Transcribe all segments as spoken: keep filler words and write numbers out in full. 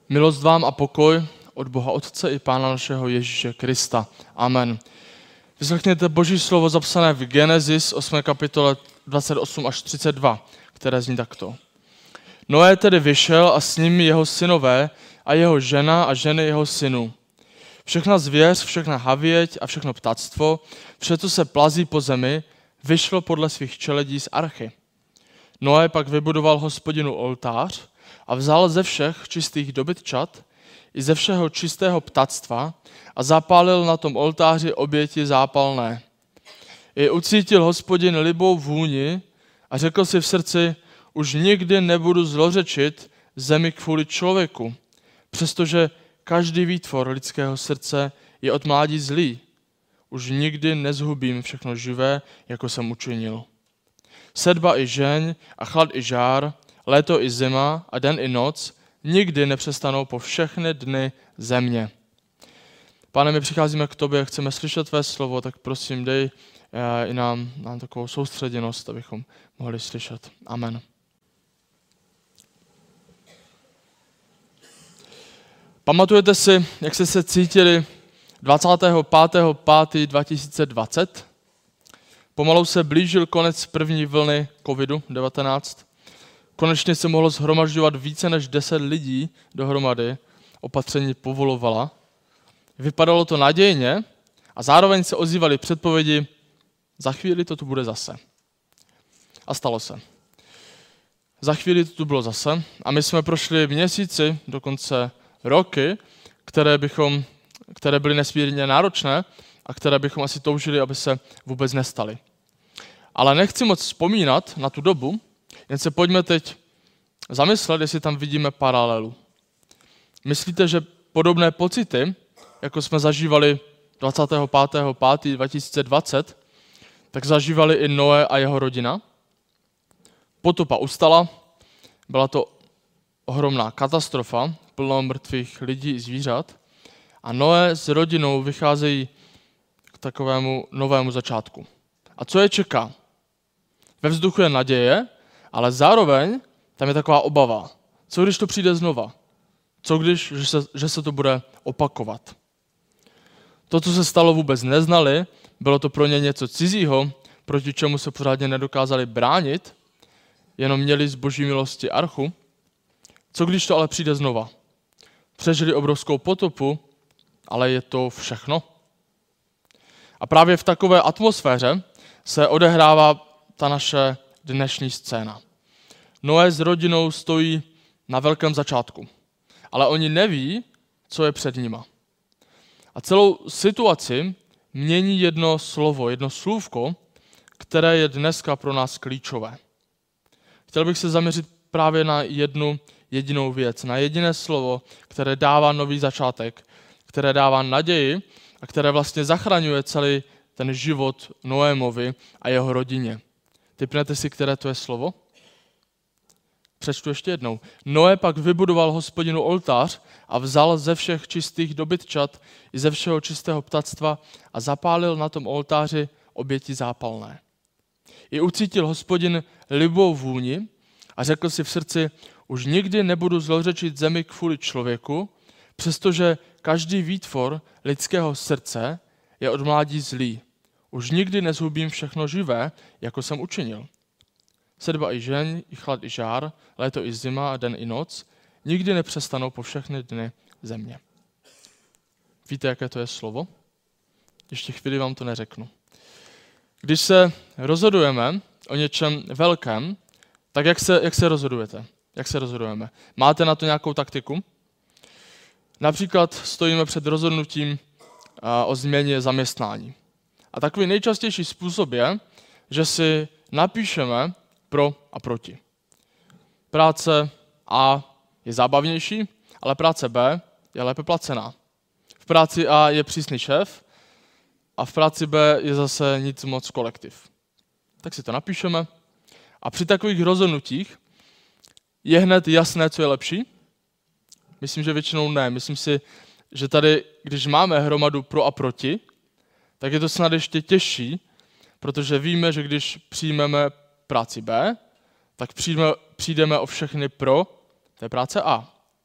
Milost vám a pokoj od Boha Otce i Pána našeho Ježíše Krista. Amen. Vyslechněte Boží slovo zapsané v Genesis osmé kapitole dvacet osm až třicet dva, které zní takto. Noé tedy vyšel a s ním jeho synové a jeho žena a ženy jeho synů. Všechna zvěř, všechna havěť a všechno ptactvo, vše, co se plazí po zemi, vyšlo podle svých čeledí z archy. Noé pak vybudoval Hospodinu oltář a vzal ze všech čistých dobytčat i ze všeho čistého ptactva a zapálil na tom oltáři oběti zápalné. I ucítil Hospodin libou vůni a řekl si v srdci, už nikdy nebudu zlořečit zemi kvůli člověku, přestože každý výtvor lidského srdce je od mládí zlý. Už nikdy nezhubím všechno živé, jako jsem učinil. Sedba i žeň a chlad i žár, léto i zima a den i noc nikdy nepřestanou po všechny dny země. Pane, my přicházíme k tobě, chceme slyšet tvé slovo, tak prosím, dej i nám, nám takovou soustředěnost, abychom mohli slyšet. Amen. Pamatujete si, jak jste se cítili dvacátého pátého pátého dva tisíce dvacet? Pomalu se blížil konec první vlny kovidu devatenáct. Konečně se mohlo shromažďovat více než deset lidí dohromady, opatření povolovala. Vypadalo to nadějně a zároveň se ozývaly předpovědi, za chvíli to tu bude zase. A stalo se. Za chvíli to tu bylo zase a my jsme prošli měsíci, dokonce roky, které, bychom, které byly nesmírně náročné a které bychom asi toužili, aby se vůbec nestaly. Ale nechci moc vzpomínat na tu dobu, jen se pojďme teď zamyslet, jestli tam vidíme paralelu. Myslíte, že podobné pocity, jako jsme zažívali dvacátého pátého pátého dva tisíce dvacet, tak zažívali i Noé a jeho rodina? Potopa ustala, byla to ohromná katastrofa, plno mrtvých lidí i zvířat a Noé s rodinou vycházejí k takovému novému začátku. A co je čeká? Ve vzduchu je naděje, ale zároveň tam je taková obava. Co když to přijde znova? Co když, že se, že se to bude opakovat? To, co se stalo, vůbec neznali, bylo to pro ně něco cizího, proti čemu se pořádně nedokázali bránit, jenom měli z boží milosti archu. Co když to ale přijde znova? Přežili obrovskou potopu, ale je to všechno. A právě v takové atmosféře se odehrává ta naše dnešní scéna. Noé s rodinou stojí na velkém začátku, ale oni neví, co je před nima. A celou situaci mění jedno slovo, jedno slůvko, které je dneska pro nás klíčové. Chtěl bych se zaměřit právě na jednu jedinou věc, na jediné slovo, které dává nový začátek, které dává naději a které vlastně zachraňuje celý ten život Noémovi a jeho rodině. Tipnete si, které to je slovo? Přečtu ještě jednou. Noé pak vybudoval Hospodinu oltář a vzal ze všech čistých dobytčat i ze všeho čistého ptactva a zapálil na tom oltáři oběti zápalné. I ucítil Hospodin libou vůni a řekl si v srdci, už nikdy nebudu zlořečit zemi kvůli člověku, přestože každý výtvor lidského srdce je od mládí zlý. Už nikdy nezhubím všechno živé, jako jsem učinil. Sedba i žeň, i chlad i žár, léto i zima, den i noc, nikdy nepřestanou po všechny dny země. Víte, jaké to je slovo? Ještě chvíli vám to neřeknu. Když se rozhodujeme o něčem velkém, tak jak se, jak se rozhodujete? Jak se rozhodujeme? Máte na to nějakou taktiku? Například stojíme před rozhodnutím o změně zaměstnání. A takový nejčastější způsob je, že si napíšeme pro a proti. Práce A je zábavnější, ale práce B je lépe placená. V práci A je přísný šéf a v práci B je zase nic moc kolektiv. Tak si to napíšeme a při takových rozhodnutích je hned jasné, co je lepší? Myslím, že většinou ne. Myslím si, že tady, když máme hromadu pro a proti, tak je to snad ještě těžší, protože víme, že když přijmeme práci B, tak přijdeme, přijdeme o všechny pro té práce A.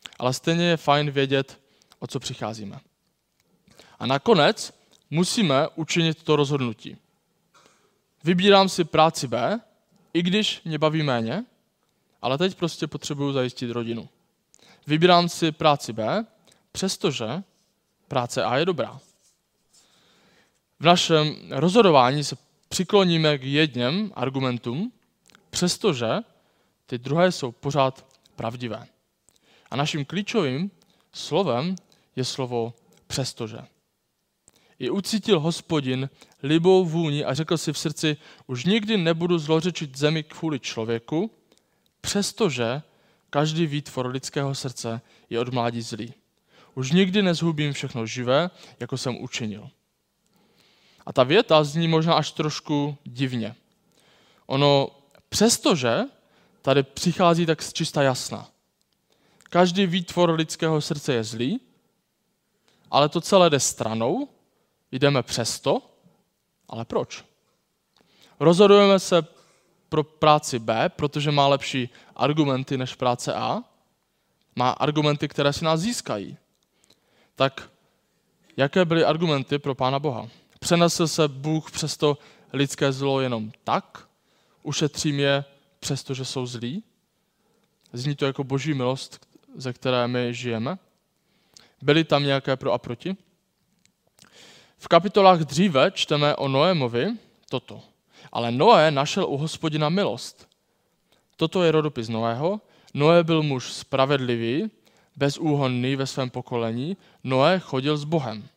ale stejně je fajn vědět, o co přicházíme. A nakonec musíme učinit to rozhodnutí. Vybírám si práci B, i když mě baví méně, ale teď prostě potřebuju zajistit rodinu. Vybírám si práci B, přestože práce A je dobrá. V našem rozhodování se přikloníme k jedním argumentům, přestože ty druhé jsou pořád pravdivé. A naším klíčovým slovem je slovo přestože. I ucítil Hospodin libou vůni a řekl si v srdci, už nikdy nebudu zlořečit zemi kvůli člověku, přestože každý výtvor lidského srdce je od mládí zlý. Už nikdy nezhubím všechno živé, jako jsem učinil. A ta věta zní možná až trošku divně. Ono, přestože tady přichází tak čista jasná. Každý výtvor lidského srdce je zlý, ale to celé jde stranou, jdeme přesto, ale proč? Rozhodujeme se pro práci B, protože má lepší argumenty než práce A, má argumenty, které si nás získají. Tak jaké byly argumenty pro Pána Boha? Přenesl se Bůh přesto lidské zlo jenom tak? Ušetřím je přesto, že jsou zlí? Zní to jako boží milost, ze které my žijeme? Byly tam nějaké pro a proti? V kapitolách dříve čteme o Noémovi toto. Ale Noé našel u Hospodina milost. Toto je rodopis Noého. Noé byl muž spravedlivý, bezúhonný ve svém pokolení. Noé chodil s Bohem.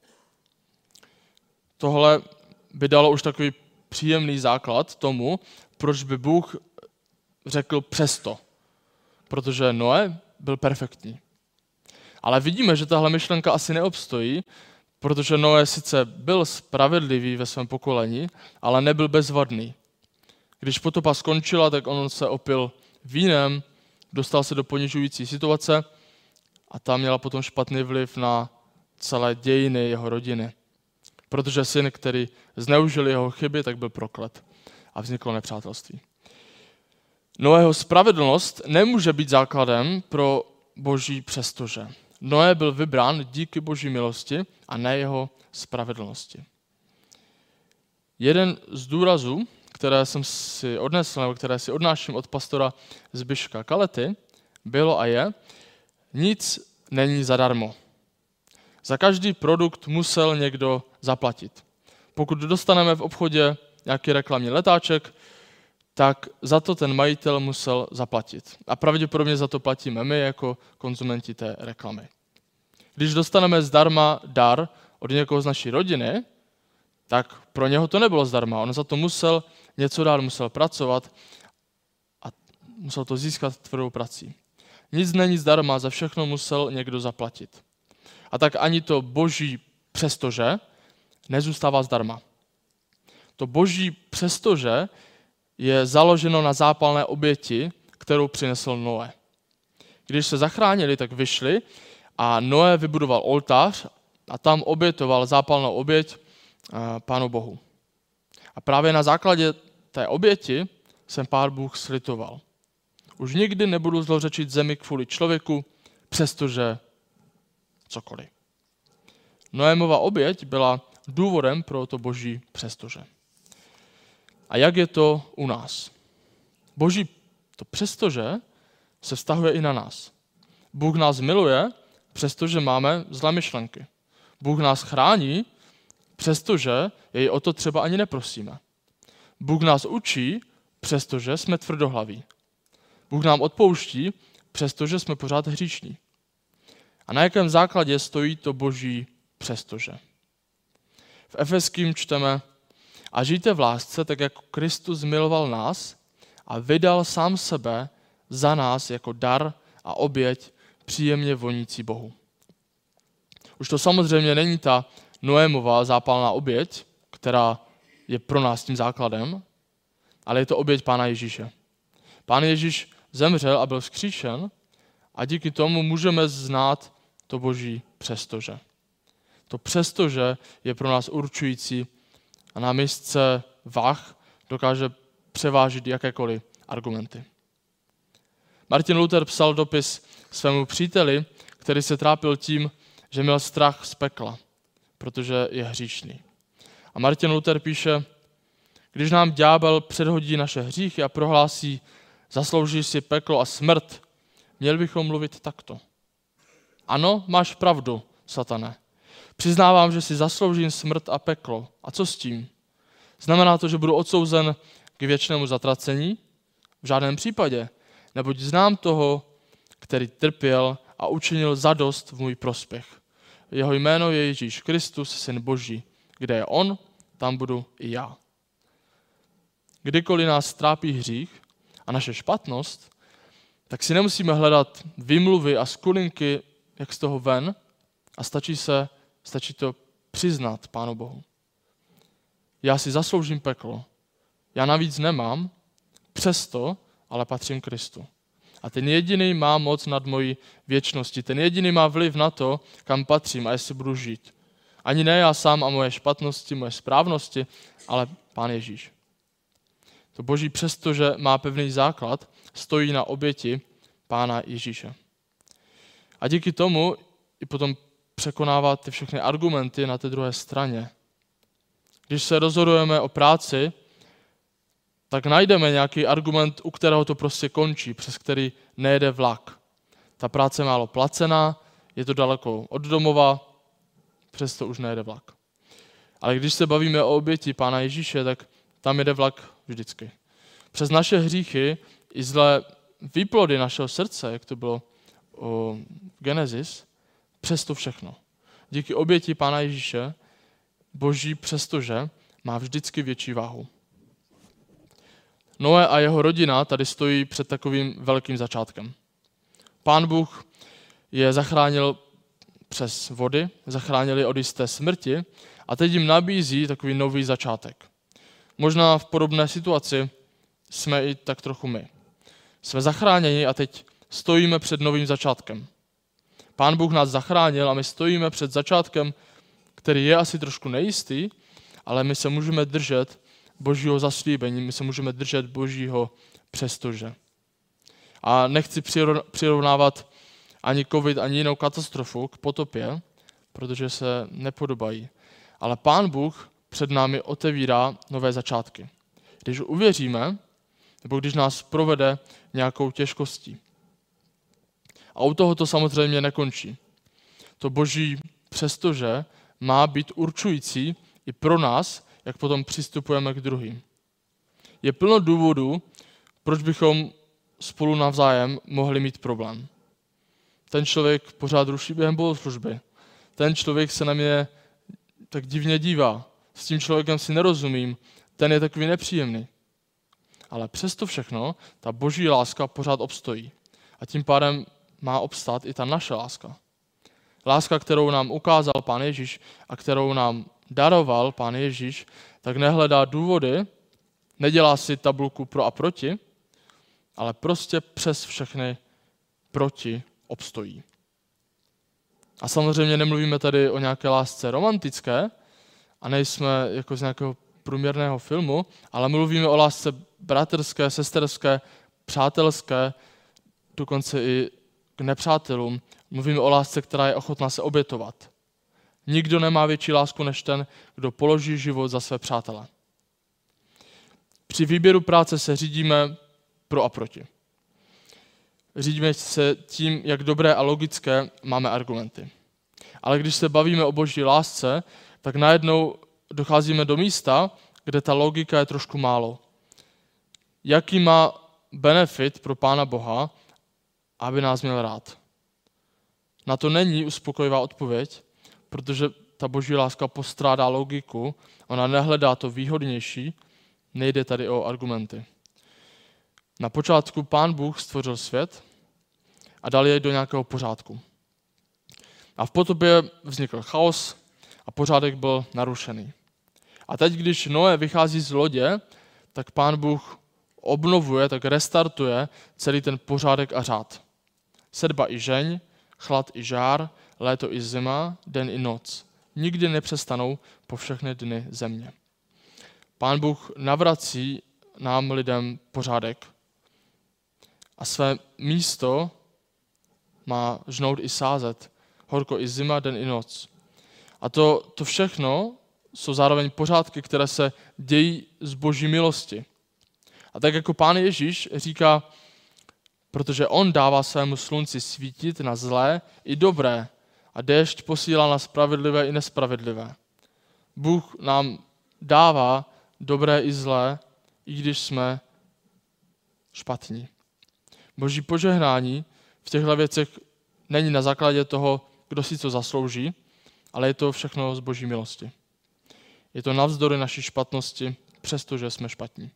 Tohle by dalo už takový příjemný základ tomu, proč by Bůh řekl přesto. Protože Noé byl perfektní. Ale vidíme, že tahle myšlenka asi neobstojí, protože Noé sice byl spravedlivý ve svém pokolení, ale nebyl bezvadný. Když potopa skončila, tak on se opil vínem, dostal se do ponižující situace a ta měla potom špatný vliv na celé dějiny jeho rodiny. Protože syn, který zneužil jeho chyby, tak byl proklet a vzniklo nepřátelství. Noého spravedlnost nemůže být základem pro boží přestože. Noé byl vybrán díky boží milosti a ne jeho spravedlnosti. Jeden z důrazů, které jsem si odnesl, nebo které si odnáším od pastora Zbyška Kalety, bylo a je, nic není zadarmo. Za každý produkt musel někdo zaplatit. Pokud dostaneme v obchodě nějaký reklamní letáček, tak za to ten majitel musel zaplatit. A pravděpodobně za to platíme my jako konzumenti té reklamy. Když dostaneme zdarma dar od někoho z naší rodiny, tak pro něho to nebylo zdarma. On za to musel něco dát, musel pracovat a musel to získat tvrdou prací. Nic není zdarma, za všechno musel někdo zaplatit. A tak ani to boží přestože nezůstává zdarma. To boží přestože je založeno na zápalné oběti, kterou přinesl Noé. Když se zachránili, tak vyšli a Noé vybudoval oltář a tam obětoval zápalnou oběť Pánu Bohu. A právě na základě té oběti jsem Pán Bůh slitoval. Už nikdy nebudu zlořečit zemi kvůli člověku, přestože cokoliv. Noémova oběť byla důvodem pro to boží přestože. A jak je to u nás? Boží to přestože se vztahuje i na nás. Bůh nás miluje, přestože máme zlé myšlenky. Bůh nás chrání, přestože jej o to třeba ani neprosíme. Bůh nás učí, přestože jsme tvrdohlaví. Bůh nám odpouští, přestože jsme pořád hříšní. A na jakém základě stojí to boží přestože? V Efeským čteme: a žijte v lásce, tak jako Kristus miloval nás a vydal sám sebe za nás jako dar a oběť příjemně vonící Bohu. Už to samozřejmě není ta Noémová zápalná oběť, která je pro nás tím základem, ale je to oběť Pána Ježíše. Pán Ježíš zemřel a byl vzkříšen a díky tomu můžeme znát to boží přestože. To přestože je pro nás určující a na misce vah dokáže převážit jakékoliv argumenty. Martin Luther psal dopis svému příteli který se trápil tím, že měl strach z pekla, protože je hříšný. A Martin Luther píše, když nám ďábel předhodí naše hříchy a prohlásí, zasloužíš si peklo a smrt, měli bychom mluvit takto. Ano, máš pravdu, satane. Přiznávám, že si zasloužím smrt a peklo. A co s tím? Znamená to, že budu odsouzen k věčnému zatracení? V žádném případě. Neboť znám toho, který trpěl a učinil zadost v můj prospěch. Jeho jméno je Ježíš Kristus, Syn Boží. Kde je on, tam budu i já. Kdykoliv nás trápí hřích a naše špatnost, tak si nemusíme hledat výmluvy a skulinky, jak z toho ven, a stačí se, stačí to přiznat Pánu Bohu. Já si zasloužím peklo. Já navíc nemám, přesto ale patřím Kristu. A ten jediný má moc nad mojí věčností. Ten jediný má vliv na to, kam patřím a jestli budu žít. Ani ne já sám a moje špatnosti, moje správnosti, ale Pán Ježíš. To Boží, přestože má pevný základ, stojí na oběti Pána Ježíše. A díky tomu i potom překonává ty všechny argumenty na té druhé straně. Když se rozhodujeme o práci, tak najdeme nějaký argument, u kterého to prostě končí, přes který nejede vlak. Ta práce je málo placená, je to daleko od domova, přesto už nejede vlak. Ale když se bavíme o oběti Pána Ježíše, tak tam jede vlak vždycky. Přes naše hříchy i zlé výplody našeho srdce, jak to bylo o Genesis, přes to všechno. Díky oběti Pána Ježíše Boží přestože má vždycky větší váhu. Noé a jeho rodina tady stojí před takovým velkým začátkem. Pán Bůh je zachránil přes vody, zachránil je od jisté smrti a teď jim nabízí takový nový začátek. Možná v podobné situaci jsme i tak trochu my. Jsme zachráněni a teď stojíme před novým začátkem. Pán Bůh nás zachránil a my stojíme před začátkem, který je asi trošku nejistý, ale my se můžeme držet Božího zaslíbení, my se můžeme držet Božího přestože. A nechci přirovnávat ani covid, ani jinou katastrofu k potopě, protože se nepodobají. Ale Pán Bůh před námi otevírá nové začátky. Když uvěříme, nebo když nás provede nějakou těžkostí. A u toho to samozřejmě nekončí. To Boží přestože má být určující i pro nás, jak potom přistupujeme k druhým. Je plno důvodů, proč bychom spolu navzájem mohli mít problém. Ten člověk pořád ruší během bohoslužby. Ten člověk se na mě tak divně dívá. S tím člověkem si nerozumím. Ten je takový nepříjemný. Ale přesto všechno ta Boží láska pořád obstojí. A tím pádem má obstát i ta naše láska. Láska, kterou nám ukázal Pán Ježíš a kterou nám daroval Pán Ježíš, tak nehledá důvody, nedělá si tabulku pro a proti, ale prostě přes všechny proti obstojí. A samozřejmě nemluvíme tady o nějaké lásce romantické a nejsme jako z nějakého průměrného filmu, ale mluvíme o lásce bratrské, sesterské, přátelské, dokonce i k nepřátelům. Mluvíme o lásce, která je ochotná se obětovat. Nikdo nemá větší lásku než ten, kdo položí život za své přátele. Při výběru práce se řídíme pro a proti. Řídíme se tím, jak dobré a logické máme argumenty. Ale když se bavíme o Boží lásce, tak najednou docházíme do místa, kde ta logika je trošku málo. Jaký má benefit pro Pána Boha, aby nás měl rád? Na to není uspokojivá odpověď, protože ta Boží láska postrádá logiku, ona nehledá to výhodnější, nejde tady o argumenty. Na počátku Pán Bůh stvořil svět a dal jej do nějakého pořádku. A v potopě vznikl chaos a pořádek byl narušený. A teď, když Noé vychází z lodě, tak Pán Bůh obnovuje, tak restartuje celý ten pořádek a řád. Sedba i žeň, chlad i žár, léto i zima, den i noc. Nikdy nepřestanou po všechny dny země. Pán Bůh navrací nám lidem pořádek a své místo má žnout i sázet, horko i zima, den i noc. A to, to všechno jsou zároveň pořádky, které se dějí z Boží milosti. A tak jako Pán Ježíš říká, protože on dává svému slunci svítit na zlé i dobré a déšť posílá na spravedlivé i nespravedlivé. Bůh nám dává dobré i zlé, i když jsme špatní. Boží požehnání v těchto věcech není na základě toho, kdo si to zaslouží, ale je to všechno z Boží milosti. Je to navzdory naší špatnosti, přestože jsme špatní.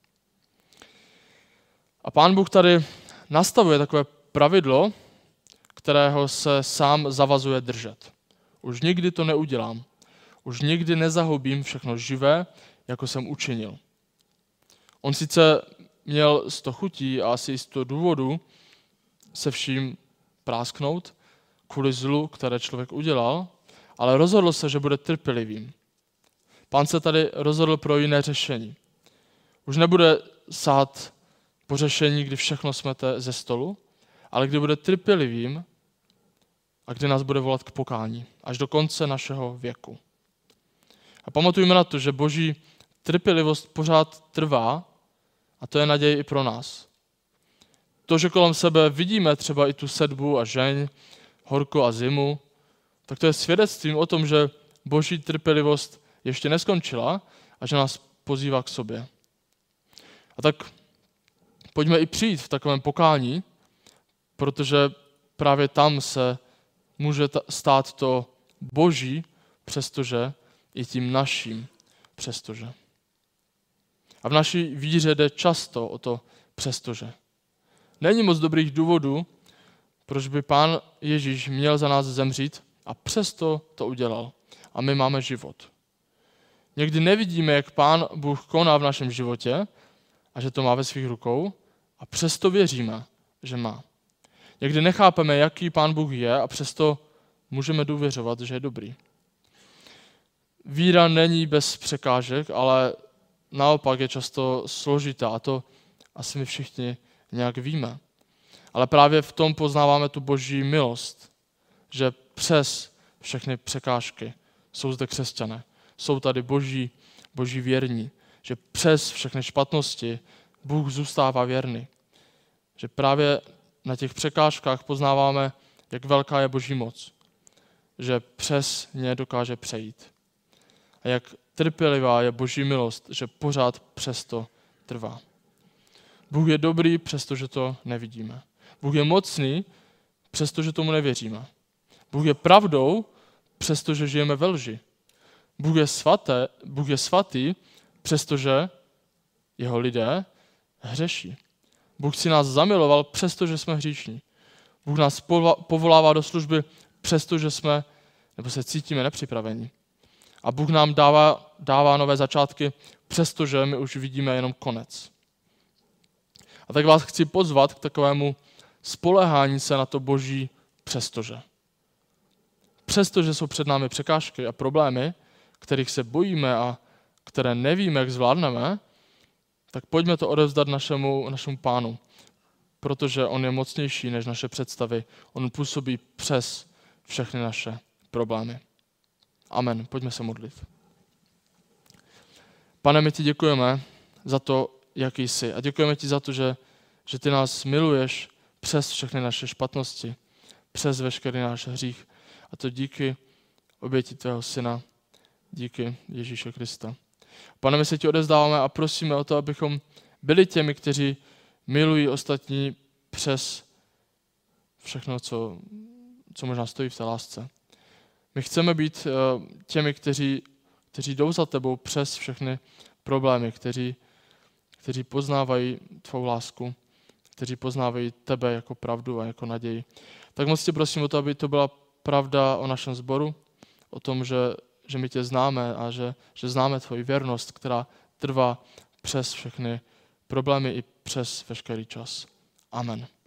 A Pán Bůh tady nastavuje takové pravidlo, kterého se sám zavazuje držet. Už nikdy to neudělám. Už nikdy nezahubím všechno živé, jako jsem učinil. On sice měl z toho chutí a asi z toho důvodu se vším prásknout kvůli zlu, které člověk udělal, ale rozhodl se, že bude trpělivým. Pán se tady rozhodl pro jiné řešení. Už nebude sát po řešení, kdy všechno smete ze stolu, ale kdy bude trpělivým a kdy nás bude volat k pokání až do konce našeho věku. A pamatujme na to, že Boží trpělivost pořád trvá a to je naděje i pro nás. To, že kolem sebe vidíme třeba i tu sedbu a žeň, horko a zimu, tak to je svědectvím o tom, že Boží trpělivost ještě neskončila a že nás pozývá k sobě. A tak pojďme i přijít v takovém pokání, protože právě tam se může stát to Boží, přestože i tím naším, přestože. A v naší víře jde často o to přestože. Není moc dobrých důvodů, proč by Pán Ježíš měl za nás zemřít a přesto to udělal. A my máme život. Někdy nevidíme, jak Pán Bůh koná v našem životě a že to má ve svých rukou a přesto věříme, že má. Někdy nechápeme, jaký Pán Bůh je a přesto můžeme důvěřovat, že je dobrý. Víra není bez překážek, ale naopak je často složitá a to asi my všichni nějak víme. Ale právě v tom poznáváme tu Boží milost, že přes všechny překážky jsou zde křesťané. Jsou tady boží, boží věrní, že přes všechny špatnosti Bůh zůstává věrný. Že právě na těch překážkách poznáváme, jak velká je Boží moc. Že přes ně dokáže přejít. A jak trpělivá je Boží milost, že pořád přesto trvá. Bůh je dobrý, přestože to nevidíme. Bůh je mocný, přestože tomu nevěříme. Bůh je pravdou, přestože žijeme ve lži. Bůh je, svaté, Bůh je svatý, přestože jeho lidé hřeší. Bůh si nás zamiloval, přestože jsme hříšní. Bůh nás povolává do služby, přestože jsme, nebo se cítíme nepřipraveni. A Bůh nám dává, dává nové začátky, přestože my už vidíme jenom konec. A tak vás chci pozvat k takovému spoléhání se na to Boží přestože. Přestože jsou před námi překážky a problémy, kterých se bojíme a které nevíme, jak zvládneme, tak pojďme to odevzdat našemu, našemu Pánu, protože on je mocnější než naše představy. On působí přes všechny naše problémy. Amen. Pojďme se modlit. Pane, my ti děkujeme za to, jaký jsi. A děkujeme ti za to, že, že ty nás miluješ přes všechny naše špatnosti, přes veškerý náš hřích. A to díky oběti tvého syna, díky Ježíše Krista. Pane, my se ti odevzdáváme a prosíme o to, abychom byli těmi, kteří milují ostatní přes všechno, co, co možná stojí v té lásce. My chceme být těmi, kteří, kteří jdou za tebou přes všechny problémy, kteří, kteří poznávají tvou lásku, kteří poznávají tebe jako pravdu a jako naději. Tak moc tě prosím o to, aby to byla pravda o našem sboru, o tom, že, že my tě známe a že, že známe tvoji věrnost, která trvá přes všechny problémy i přes veškerý čas. Amen.